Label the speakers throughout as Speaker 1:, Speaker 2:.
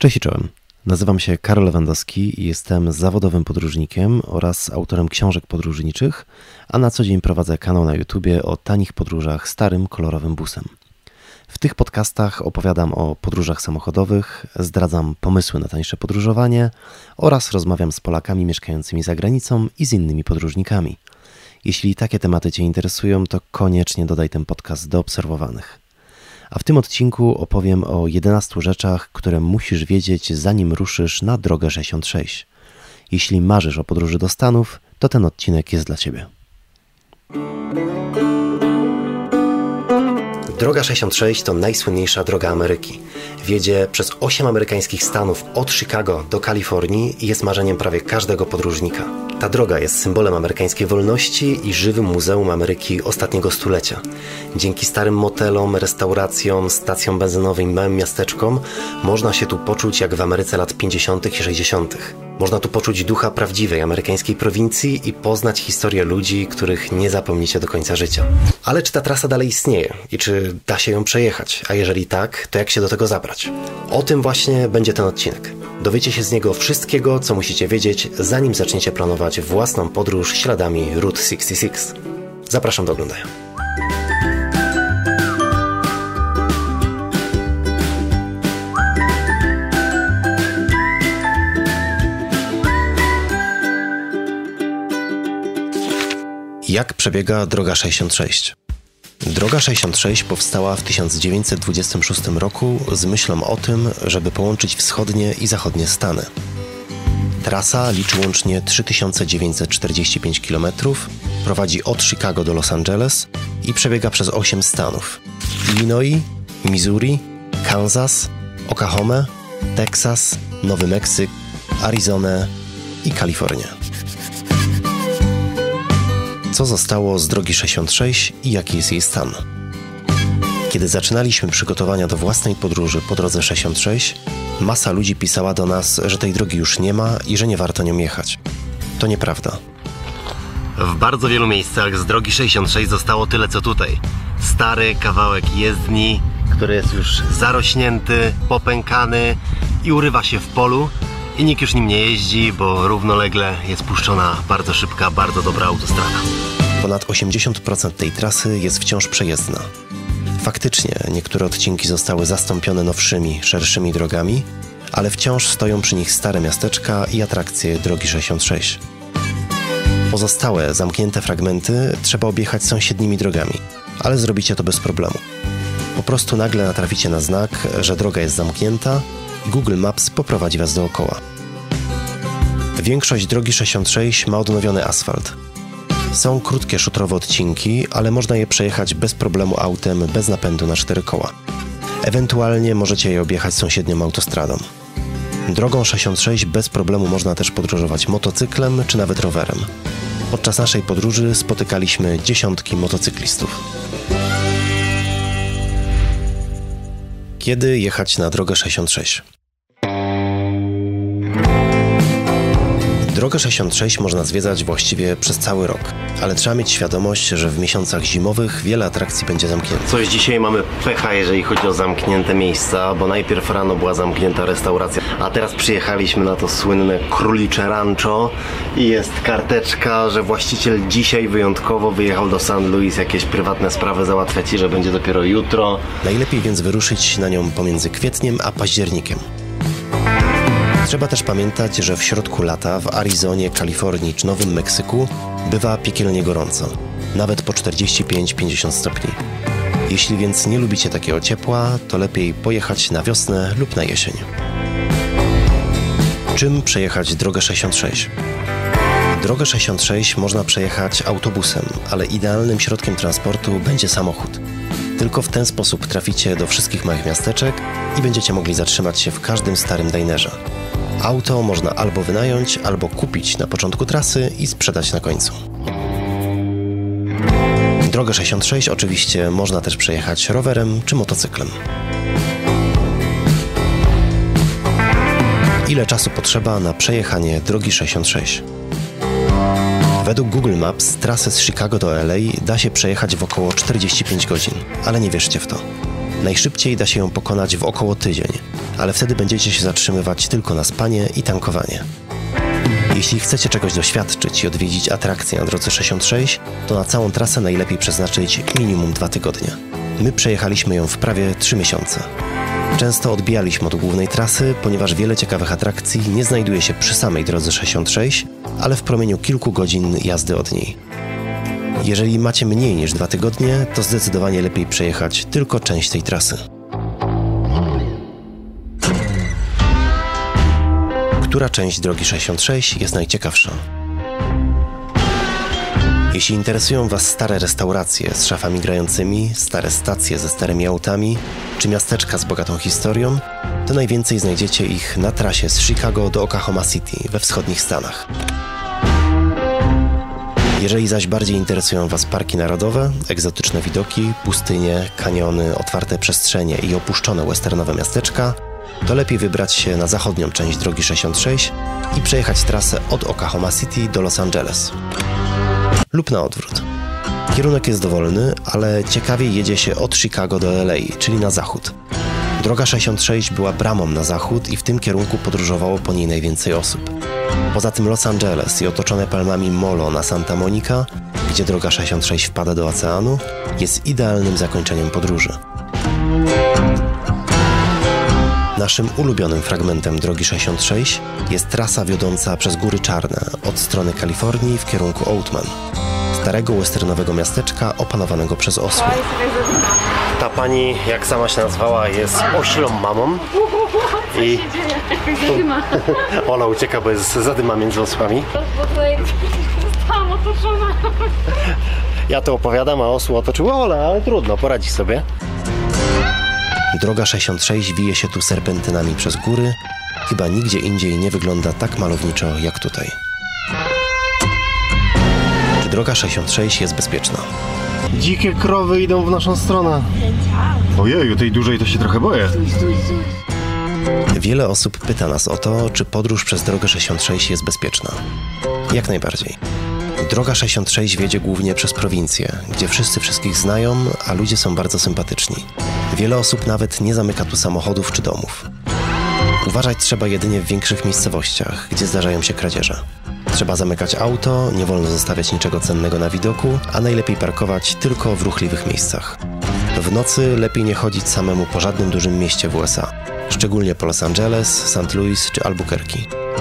Speaker 1: Cześć i czołem. Nazywam się Karol Lewandowski i jestem zawodowym podróżnikiem oraz autorem książek podróżniczych, a na co dzień prowadzę kanał na YouTubie o tanich podróżach starym, kolorowym busem. W tych podcastach opowiadam o podróżach samochodowych, zdradzam pomysły na tańsze podróżowanie oraz rozmawiam z Polakami mieszkającymi za granicą i z innymi podróżnikami. Jeśli takie tematy Cię interesują, to koniecznie dodaj ten podcast do obserwowanych. A w tym odcinku opowiem o 11 rzeczach, które musisz wiedzieć, zanim ruszysz na drogę 66. Jeśli marzysz o podróży do Stanów, to ten odcinek jest dla Ciebie. Droga 66 to najsłynniejsza droga Ameryki. Wiedzie przez 8 amerykańskich stanów od Chicago do Kalifornii i jest marzeniem prawie każdego podróżnika. Ta droga jest symbolem amerykańskiej wolności i żywym muzeum Ameryki ostatniego stulecia. Dzięki starym motelom, restauracjom, stacjom benzynowym i małym miasteczkom można się tu poczuć jak w Ameryce lat 50. i 60. Można tu poczuć ducha prawdziwej amerykańskiej prowincji i poznać historię ludzi, których nie zapomnicie do końca życia. Ale czy ta trasa dalej istnieje i czy da się ją przejechać? A jeżeli tak, to jak się do tego zabrać? O tym właśnie będzie ten odcinek. Dowiecie się z niego wszystkiego, co musicie wiedzieć, zanim zaczniecie planować własną podróż śladami Route 66. Zapraszam do oglądania. Jak przebiega droga 66? Droga 66 powstała w 1926 roku z myślą o tym, żeby połączyć wschodnie i zachodnie Stany. Trasa liczy łącznie 3945 km, prowadzi od Chicago do Los Angeles i przebiega przez 8 stanów: Illinois, Missouri, Kansas, Oklahoma, Teksas, Nowy Meksyk, Arizonę i Kalifornię. Co zostało z drogi 66 i jaki jest jej stan? Kiedy zaczynaliśmy przygotowania do własnej podróży po drodze 66, masa ludzi pisała do nas, że tej drogi już nie ma i że nie warto nią jechać. To nieprawda. W bardzo wielu miejscach z drogi 66 zostało tyle co tutaj. Stary kawałek jezdni, który jest już zarośnięty, popękany i urywa się w polu i nikt już nim nie jeździ, bo równolegle jest puszczona bardzo szybka, bardzo dobra autostrada. Ponad 80% tej trasy jest wciąż przejezdna. Faktycznie niektóre odcinki zostały zastąpione nowszymi, szerszymi drogami, ale wciąż stoją przy nich stare miasteczka i atrakcje drogi 66. Pozostałe, zamknięte fragmenty trzeba objechać sąsiednimi drogami, ale zrobicie to bez problemu. Po prostu nagle natraficie na znak, że droga jest zamknięta i Google Maps poprowadzi Was dookoła. Większość drogi 66 ma odnowiony asfalt. Są krótkie szutrowe odcinki, ale można je przejechać bez problemu autem, bez napędu na 4 koła. Ewentualnie możecie je objechać sąsiednią autostradą. Drogą 66 bez problemu można też podróżować motocyklem czy nawet rowerem. Podczas naszej podróży spotykaliśmy dziesiątki motocyklistów. Kiedy jechać na drogę 66? Drogę 66 można zwiedzać właściwie przez cały rok, ale trzeba mieć świadomość, że w miesiącach zimowych wiele atrakcji będzie zamkniętych. Coś dzisiaj mamy pecha, jeżeli chodzi o zamknięte miejsca, bo najpierw rano była zamknięta restauracja, a teraz przyjechaliśmy na to słynne Królicze Rancho i jest karteczka, że właściciel dzisiaj wyjątkowo wyjechał do St. Louis jakieś prywatne sprawy załatwiać i że będzie dopiero jutro. Najlepiej więc wyruszyć na nią pomiędzy kwietniem a październikiem. Trzeba też pamiętać, że w środku lata w Arizonie, Kalifornii czy Nowym Meksyku bywa piekielnie gorąco, nawet po 45-50 stopni. Jeśli więc nie lubicie takiego ciepła, to lepiej pojechać na wiosnę lub na jesień. Czym przejechać drogę 66? Drogę 66 można przejechać autobusem, ale idealnym środkiem transportu będzie samochód. Tylko w ten sposób traficie do wszystkich małych miasteczek i będziecie mogli zatrzymać się w każdym starym dinerze. Auto można albo wynająć, albo kupić na początku trasy i sprzedać na końcu. Drogę 66 oczywiście można też przejechać rowerem czy motocyklem. Ile czasu potrzeba na przejechanie drogi 66? Według Google Maps trasę z Chicago do LA da się przejechać w około 45 godzin, ale nie wierzcie w to. Najszybciej da się ją pokonać w około tydzień. ale wtedy będziecie się zatrzymywać tylko na spanie i tankowanie. Jeśli chcecie czegoś doświadczyć i odwiedzić atrakcje na drodze 66, to na całą trasę najlepiej przeznaczyć minimum 2 tygodnie. My przejechaliśmy ją w prawie 3 miesiące. Często odbijaliśmy od głównej trasy, ponieważ wiele ciekawych atrakcji nie znajduje się przy samej drodze 66, ale w promieniu kilku godzin jazdy od niej. Jeżeli macie mniej niż 2 tygodnie, to zdecydowanie lepiej przejechać tylko część tej trasy. Która część drogi 66 jest najciekawsza? Jeśli interesują Was stare restauracje z szafami grającymi, stare stacje ze starymi autami, czy miasteczka z bogatą historią, to najwięcej znajdziecie ich na trasie z Chicago do Oklahoma City we wschodnich Stanach. Jeżeli zaś bardziej interesują Was parki narodowe, egzotyczne widoki, pustynie, kaniony, otwarte przestrzenie i opuszczone westernowe miasteczka, to lepiej wybrać się na zachodnią część drogi 66 i przejechać trasę od Oklahoma City do Los Angeles. Lub na odwrót. Kierunek jest dowolny, ale ciekawiej jedzie się od Chicago do LA, czyli na zachód. Droga 66 była bramą na zachód i w tym kierunku podróżowało po niej najwięcej osób. Poza tym Los Angeles i otoczone palmami molo na Santa Monica, gdzie droga 66 wpada do oceanu, jest idealnym zakończeniem podróży. Naszym ulubionym fragmentem drogi 66 jest trasa wiodąca przez Góry Czarne od strony Kalifornii w kierunku Oatman, starego westernowego miasteczka opanowanego przez osły. Ta pani, jak sama się nazwała, jest oślą mamą i Ola ucieka, bo jest zadyma między osłami.
Speaker 2: Bo tutaj zostałam otoczona.
Speaker 1: Ja to opowiadam, a osły otoczyły Ola, ale trudno, poradzi sobie. Droga 66 wije się tu serpentynami przez góry. Chyba nigdzie indziej nie wygląda tak malowniczo jak tutaj. Czy droga 66 jest bezpieczna?
Speaker 3: Dzikie krowy idą w naszą stronę. Ojeju, tej dużej to się trochę boję.
Speaker 1: Wiele osób pyta nas o to, czy podróż przez drogę 66 jest bezpieczna. Jak najbardziej. Droga 66 wiedzie głównie przez prowincję, gdzie wszyscy wszystkich znają, a ludzie są bardzo sympatyczni. Wiele osób nawet nie zamyka tu samochodów czy domów. Uważać trzeba jedynie w większych miejscowościach, gdzie zdarzają się kradzieże. Trzeba zamykać auto, nie wolno zostawiać niczego cennego na widoku, a najlepiej parkować tylko w ruchliwych miejscach. W nocy lepiej nie chodzić samemu po żadnym dużym mieście w USA, szczególnie po Los Angeles, St. Louis czy Albuquerque.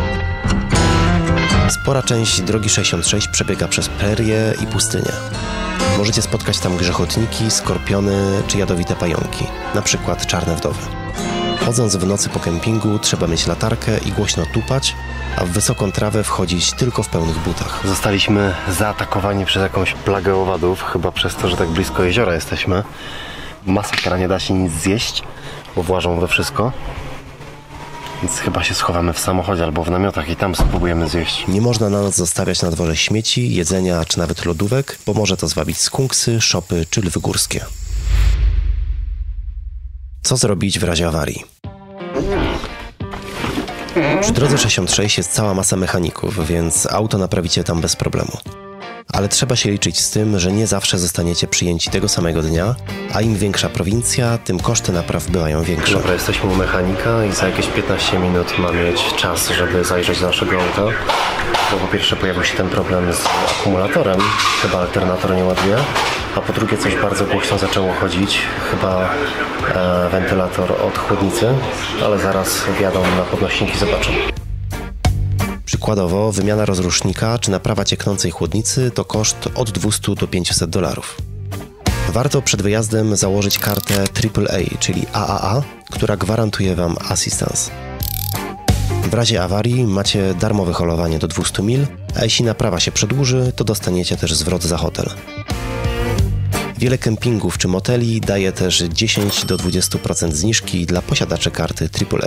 Speaker 1: Spora część drogi 66 przebiega przez prerie i pustynię. Możecie spotkać tam grzechotniki, skorpiony czy jadowite pająki, na przykład czarne wdowy. Chodząc w nocy po kempingu trzeba mieć latarkę i głośno tupać, a w wysoką trawę wchodzić tylko w pełnych butach.
Speaker 3: Zostaliśmy zaatakowani przez jakąś plagę owadów, chyba przez to, że tak blisko jeziora jesteśmy. Masakra, nie da się nic zjeść, bo włażą we wszystko. Więc chyba się schowamy w samochodzie albo w namiotach i tam spróbujemy zjeść.
Speaker 1: Nie można na noc zostawiać na dworze śmieci, jedzenia czy nawet lodówek, bo może to zwabić skunksy, szopy czy lwy górskie. Co zrobić w razie awarii? Przy drodze 66 jest cała masa mechaników, więc auto naprawicie tam bez problemu. Ale trzeba się liczyć z tym, że nie zawsze zostaniecie przyjęci tego samego dnia, a im większa prowincja, tym koszty napraw bywają większe.
Speaker 3: Dobra, jesteśmy u mechanika i za jakieś 15 minut mamy mieć czas, żeby zajrzeć do naszego auta. Bo po pierwsze pojawił się ten problem z akumulatorem, chyba alternator nie ładuje, a po drugie coś bardzo głośno zaczęło chodzić, chyba wentylator od chłodnicy, ale zaraz wjadą na podnośniki, zobaczą.
Speaker 1: Przykładowo wymiana rozrusznika czy naprawa cieknącej chłodnicy to koszt od $200 do $500. Warto przed wyjazdem założyć kartę AAA, czyli AAA, która gwarantuje Wam assistance. W razie awarii macie darmowe holowanie do 200 mil, a jeśli naprawa się przedłuży, to dostaniecie też zwrot za hotel. Wiele kempingów czy moteli daje też 10 do 20% zniżki dla posiadaczy karty AAA.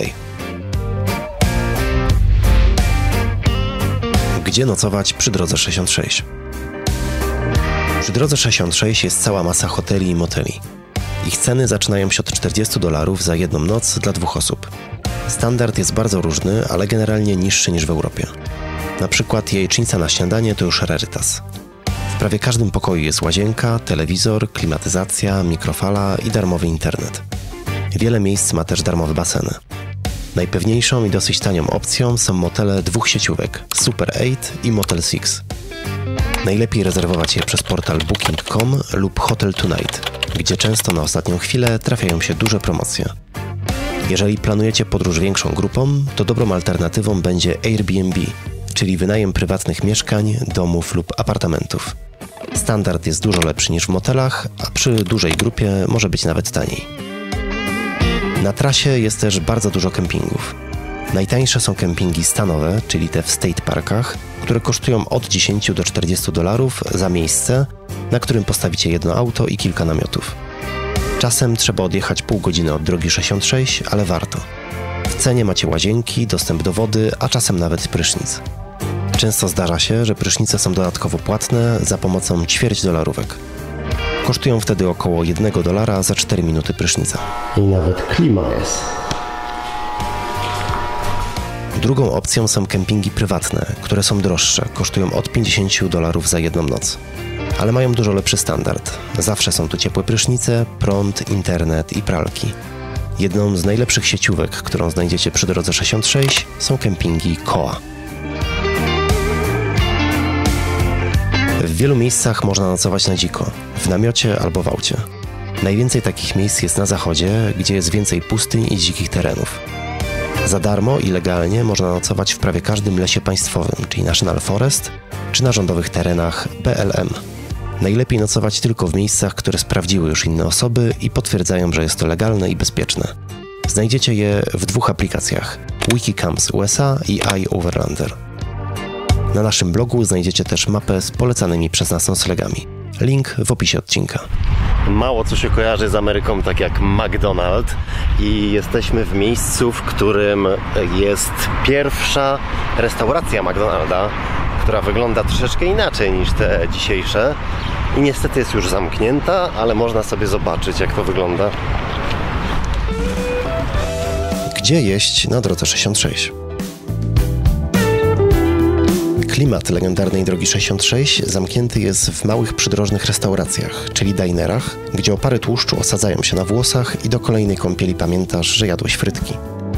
Speaker 1: Gdzie nocować przy drodze 66? Przy drodze 66 jest cała masa hoteli i moteli. Ich ceny zaczynają się od $40 za jedną noc dla 2 osób. Standard jest bardzo różny, ale generalnie niższy niż w Europie. Na przykład jajecznica na śniadanie to już rarytas. W prawie każdym pokoju jest łazienka, telewizor, klimatyzacja, mikrofala i darmowy internet. Wiele miejsc ma też darmowe baseny. Najpewniejszą i dosyć tanią opcją są motele 2 sieciówek Super 8 i Motel 6. Najlepiej rezerwować je przez portal booking.com lub Hotel Tonight, gdzie często na ostatnią chwilę trafiają się duże promocje. Jeżeli planujecie podróż większą grupą, to dobrą alternatywą będzie Airbnb, czyli wynajem prywatnych mieszkań, domów lub apartamentów. Standard jest dużo lepszy niż w motelach, a przy dużej grupie może być nawet taniej. Na trasie jest też bardzo dużo kempingów. Najtańsze są kempingi stanowe, czyli te w state parkach, które kosztują od 10 do $40 za miejsce, na którym postawicie jedno auto i kilka namiotów. Czasem trzeba odjechać pół godziny od drogi 66, ale warto. W cenie macie łazienki, dostęp do wody, a czasem nawet prysznic. Często zdarza się, że prysznice są dodatkowo płatne za pomocą $0,25. Kosztują wtedy około $1 za 4 minuty prysznica.
Speaker 3: I nawet klima jest.
Speaker 1: Drugą opcją są kempingi prywatne, które są droższe, kosztują od $50 za jedną noc. Ale mają dużo lepszy standard. Zawsze są tu ciepłe prysznice, prąd, internet i pralki. Jedną z najlepszych sieciówek, którą znajdziecie przy drodze 66, są kempingi Koa. W wielu miejscach można nocować na dziko, w namiocie albo w aucie. Najwięcej takich miejsc jest na zachodzie, gdzie jest więcej pustyń i dzikich terenów. Za darmo i legalnie można nocować w prawie każdym lesie państwowym, czyli National Forest, czy na rządowych terenach BLM. Najlepiej nocować tylko w miejscach, które sprawdziły już inne osoby i potwierdzają, że jest to legalne i bezpieczne. Znajdziecie je w 2 aplikacjach: Wikicamps USA i iOverlander. Na naszym blogu znajdziecie też mapę z polecanymi przez nas noclegami. Link w opisie odcinka.
Speaker 3: Mało co się kojarzy z Ameryką, tak jak McDonald's, i jesteśmy w miejscu, w którym jest pierwsza restauracja McDonalda, która wygląda troszeczkę inaczej niż te dzisiejsze i niestety jest już zamknięta, ale można sobie zobaczyć, jak to wygląda.
Speaker 1: Gdzie jeść na drodze 66? Klimat legendarnej drogi 66 zamknięty jest w małych przydrożnych restauracjach, czyli dinerach, gdzie opary tłuszczu osadzają się na włosach i do kolejnej kąpieli pamiętasz, że jadłeś frytki.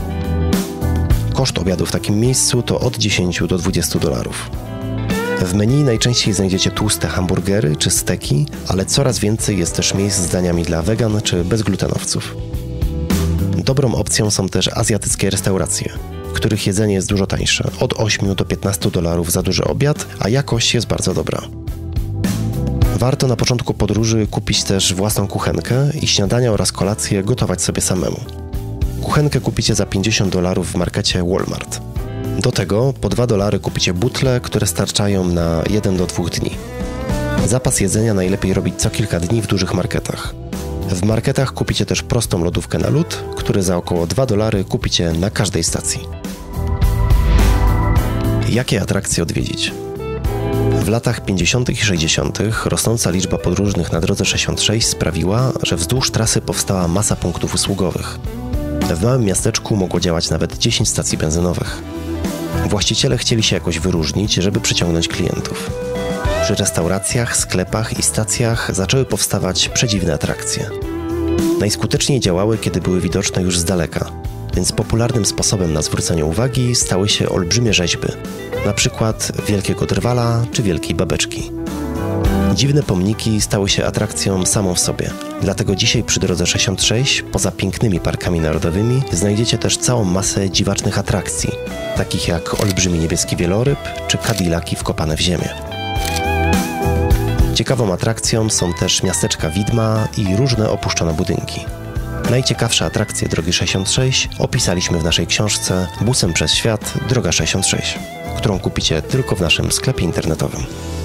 Speaker 1: Koszt obiadu w takim miejscu to od 10 do $20. W menu najczęściej znajdziecie tłuste hamburgery czy steki, ale coraz więcej jest też miejsc z daniami dla wegan czy bezglutenowców. Dobrą opcją są też azjatyckie restauracje, w których jedzenie jest dużo tańsze, od 8 do $15 za duży obiad, a jakość jest bardzo dobra. Warto na początku podróży kupić też własną kuchenkę i śniadania oraz kolację gotować sobie samemu. Kuchenkę kupicie za $50 w markecie Walmart. Do tego po $2 kupicie butle, które starczają na 1 do 2 dni. Zapas jedzenia najlepiej robić co kilka dni w dużych marketach. W marketach kupicie też prostą lodówkę na lód, który za około $2 kupicie na każdej stacji. Jakie atrakcje odwiedzić? W latach 50. i 60. rosnąca liczba podróżnych na drodze 66 sprawiła, że wzdłuż trasy powstała masa punktów usługowych. W małym miasteczku mogło działać nawet 10 stacji benzynowych. Właściciele chcieli się jakoś wyróżnić, żeby przyciągnąć klientów. Przy restauracjach, sklepach i stacjach zaczęły powstawać przedziwne atrakcje. Najskuteczniej działały, kiedy były widoczne już z daleka, więc popularnym sposobem na zwrócenie uwagi stały się olbrzymie rzeźby, na przykład wielkiego drwala czy wielkiej babeczki. Dziwne pomniki stały się atrakcją samą w sobie, dlatego dzisiaj przy drodze 66, poza pięknymi parkami narodowymi, znajdziecie też całą masę dziwacznych atrakcji, takich jak olbrzymi niebieski wieloryb czy Cadillaki wkopane w ziemię. Ciekawą atrakcją są też miasteczka widma i różne opuszczone budynki. Najciekawsze atrakcje drogi 66 opisaliśmy w naszej książce Busem przez świat – Droga 66, którą kupicie tylko w naszym sklepie internetowym.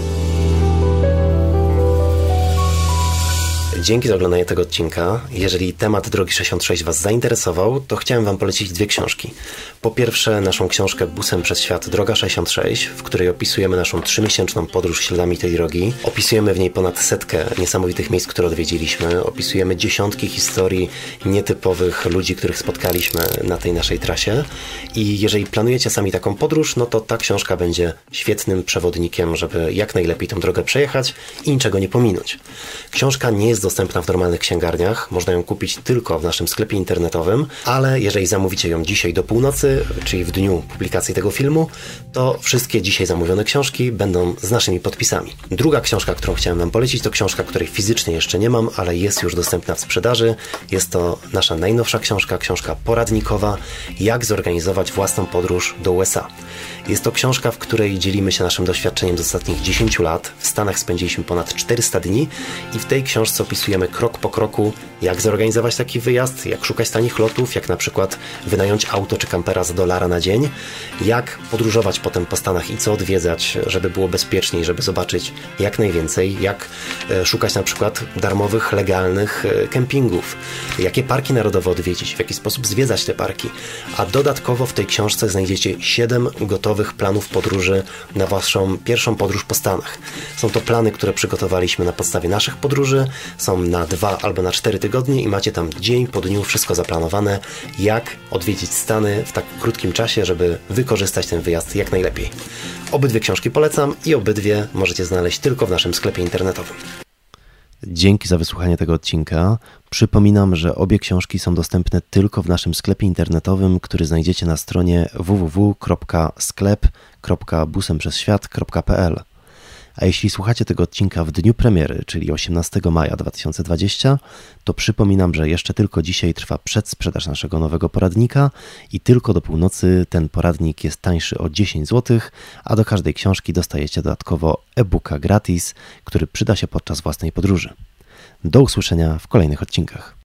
Speaker 1: Dzięki za oglądanie tego odcinka. Jeżeli temat drogi 66 Was zainteresował, to chciałem Wam polecić 2 książki. Po pierwsze naszą książkę Busem przez świat Droga 66, w której opisujemy naszą 3-miesięczną podróż śladami tej drogi. Opisujemy w niej ponad 100 niesamowitych miejsc, które odwiedziliśmy. Opisujemy dziesiątki historii nietypowych ludzi, których spotkaliśmy na tej naszej trasie. I jeżeli planujecie sami taką podróż, no to ta książka będzie świetnym przewodnikiem, żeby jak najlepiej tą drogę przejechać i niczego nie pominąć. Książka nie jest dostępna dostępna w normalnych księgarniach. Można ją kupić tylko w naszym sklepie internetowym, ale jeżeli zamówicie ją dzisiaj do północy, czyli w dniu publikacji tego filmu, to wszystkie dzisiaj zamówione książki będą z naszymi podpisami. Druga książka, którą chciałem Wam polecić, to książka, której fizycznie jeszcze nie mam, ale jest już dostępna w sprzedaży. Jest to nasza najnowsza książka poradnikowa, jak zorganizować własną podróż do USA. Jest to książka, w której dzielimy się naszym doświadczeniem z ostatnich 10 lat. W Stanach spędziliśmy ponad 400 dni i w tej książce opisujemy krok po kroku, jak zorganizować taki wyjazd, jak szukać tanich lotów, jak na przykład wynająć auto czy kampera za $1 na dzień, jak podróżować potem po Stanach i co odwiedzać, żeby było bezpieczniej, żeby zobaczyć jak najwięcej, jak szukać na przykład darmowych, legalnych kempingów, jakie parki narodowe odwiedzić, w jaki sposób zwiedzać te parki. A dodatkowo w tej książce znajdziecie 7 gotowych planów podróży na Waszą pierwszą podróż po Stanach. Są to plany, które przygotowaliśmy na podstawie naszych podróży, są na 2 albo na 4 tygodnie i macie tam dzień po dniu wszystko zaplanowane, jak odwiedzić Stany w tak krótkim czasie, żeby wykorzystać ten wyjazd jak najlepiej. Obydwie książki polecam i obydwie możecie znaleźć tylko w naszym sklepie internetowym. Dzięki za wysłuchanie tego odcinka. Przypominam, że obie książki są dostępne tylko w naszym sklepie internetowym, który znajdziecie na stronie www.sklep.busemprzesświat.pl. A jeśli słuchacie tego odcinka w dniu premiery, czyli 18 maja 2020, to przypominam, że jeszcze tylko dzisiaj trwa przedsprzedaż naszego nowego poradnika i tylko do północy ten poradnik jest tańszy o 10 zł, a do każdej książki dostajecie dodatkowo e-booka gratis, który przyda się podczas własnej podróży. Do usłyszenia w kolejnych odcinkach.